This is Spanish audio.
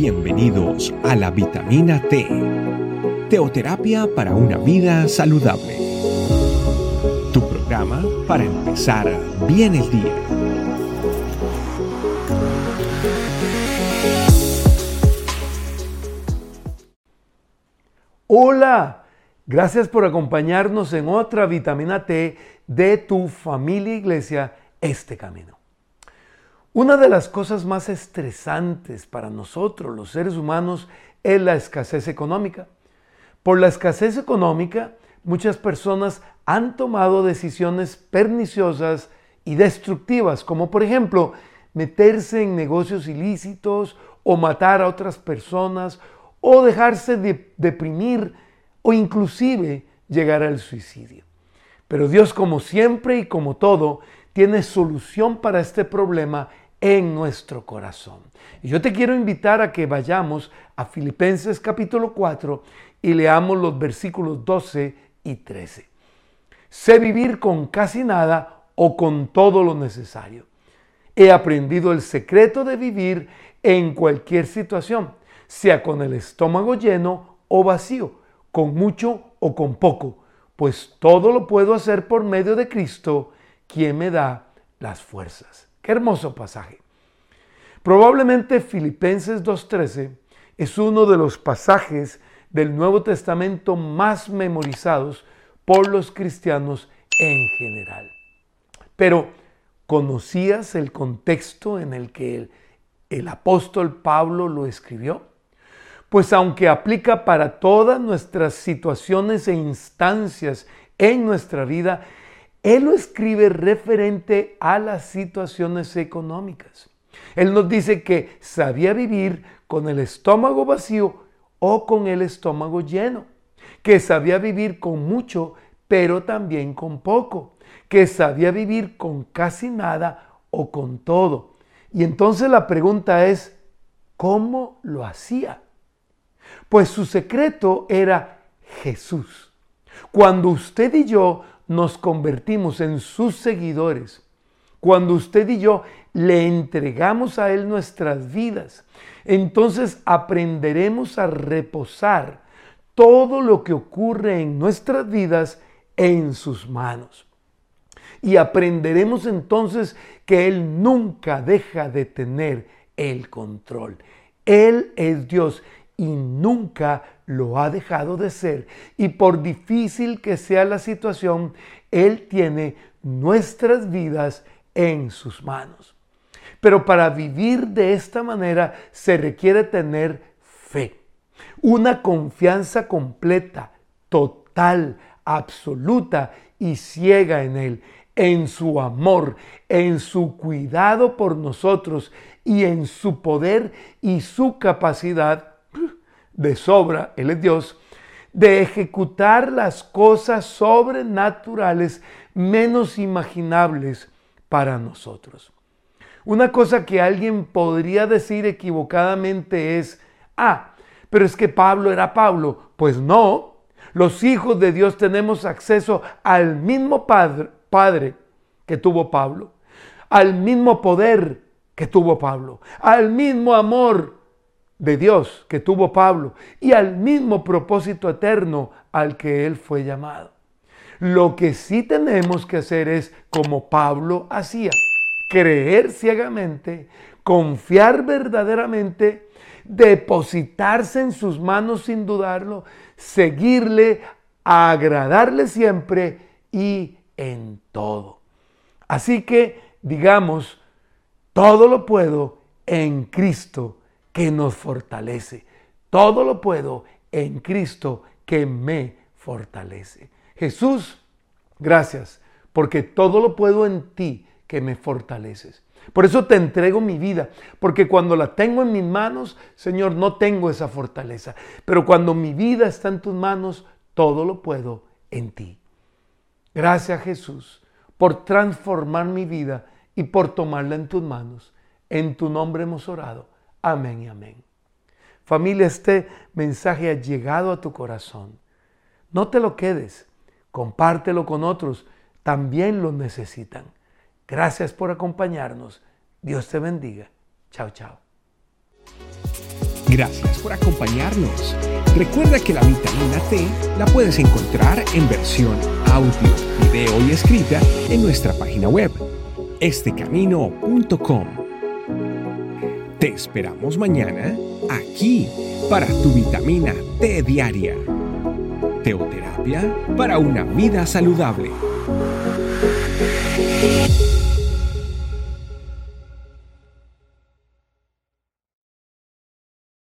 Bienvenidos a la Vitamina T, teoterapia para una vida saludable. Tu programa para empezar bien el día. Hola, gracias por acompañarnos en otra Vitamina T de tu familia Iglesia, Este Camino. Una de las cosas más estresantes para nosotros, los seres humanos, es la escasez económica. Por la escasez económica, muchas personas han tomado decisiones perniciosas y destructivas, como por ejemplo, meterse en negocios ilícitos o matar a otras personas o dejarse deprimir o inclusive llegar al suicidio. Pero Dios, como siempre y como todo, tiene solución para este problema en nuestro corazón. Y yo te quiero invitar a que vayamos a Filipenses capítulo 4 y leamos los versículos 12 y 13. Sé vivir con casi nada o con todo lo necesario. He aprendido el secreto de vivir en cualquier situación, sea con el estómago lleno o vacío, con mucho o con poco, pues todo lo puedo hacer por medio de Cristo, quien me da las fuerzas. Qué hermoso pasaje. Probablemente Filipenses 2:13 es uno de los pasajes del Nuevo Testamento más memorizados por los cristianos en general. Pero, ¿conocías el contexto en el que el apóstol Pablo lo escribió? Pues aunque aplica para todas nuestras situaciones e instancias en nuestra vida, él lo escribe referente a las situaciones económicas. Él nos dice que sabía vivir con el estómago vacío o con el estómago lleno, que sabía vivir con mucho, pero también con poco, que sabía vivir con casi nada o con todo. Y entonces la pregunta es, ¿cómo lo hacía? Pues su secreto era Jesús. Cuando usted y yo nos convertimos en sus seguidores, cuando usted y yo le entregamos a Él nuestras vidas, entonces aprenderemos a reposar todo lo que ocurre en nuestras vidas en sus manos. Y aprenderemos entonces que Él nunca deja de tener el control. Él es Dios y nunca lo ha dejado de ser. Y por difícil que sea la situación, Él tiene nuestras vidas en sus manos. Pero para vivir de esta manera se requiere tener fe, una confianza completa, total, absoluta y ciega en Él, en su amor, en su cuidado por nosotros y en su poder y su capacidad de sobra, Él es Dios, de ejecutar las cosas sobrenaturales menos imaginables para nosotros. Una cosa que alguien podría decir equivocadamente es, pero es que Pablo era Pablo. Pues no, los hijos de Dios tenemos acceso al mismo Padre que tuvo Pablo, al mismo poder que tuvo Pablo, al mismo amor de Dios que tuvo Pablo y al mismo propósito eterno al que él fue llamado. Lo que sí tenemos que hacer es, como Pablo hacía, creer ciegamente, confiar verdaderamente, depositarse en sus manos sin dudarlo, seguirle, agradarle siempre y en todo. Así que, digamos, todo lo puedo en Cristo que nos fortalece. Todo lo puedo en Cristo que me fortalece. Jesús, gracias, porque todo lo puedo en ti que me fortaleces. Por eso te entrego mi vida, porque cuando la tengo en mis manos, Señor, no tengo esa fortaleza. Pero cuando mi vida está en tus manos, todo lo puedo en ti. Gracias, Jesús, por transformar mi vida y por tomarla en tus manos. En tu nombre hemos orado. Amén y amén. Familia, este mensaje ha llegado a tu corazón. No te lo quedes. Compártelo con otros. También lo necesitan. Gracias por acompañarnos. Dios te bendiga. Chao, chao. Gracias por acompañarnos. Recuerda que la vitamina T la puedes encontrar en versión audio, video y escrita en nuestra página web, estecamino.com. Te esperamos mañana aquí para tu vitamina T diaria. Teoterapia para una vida saludable.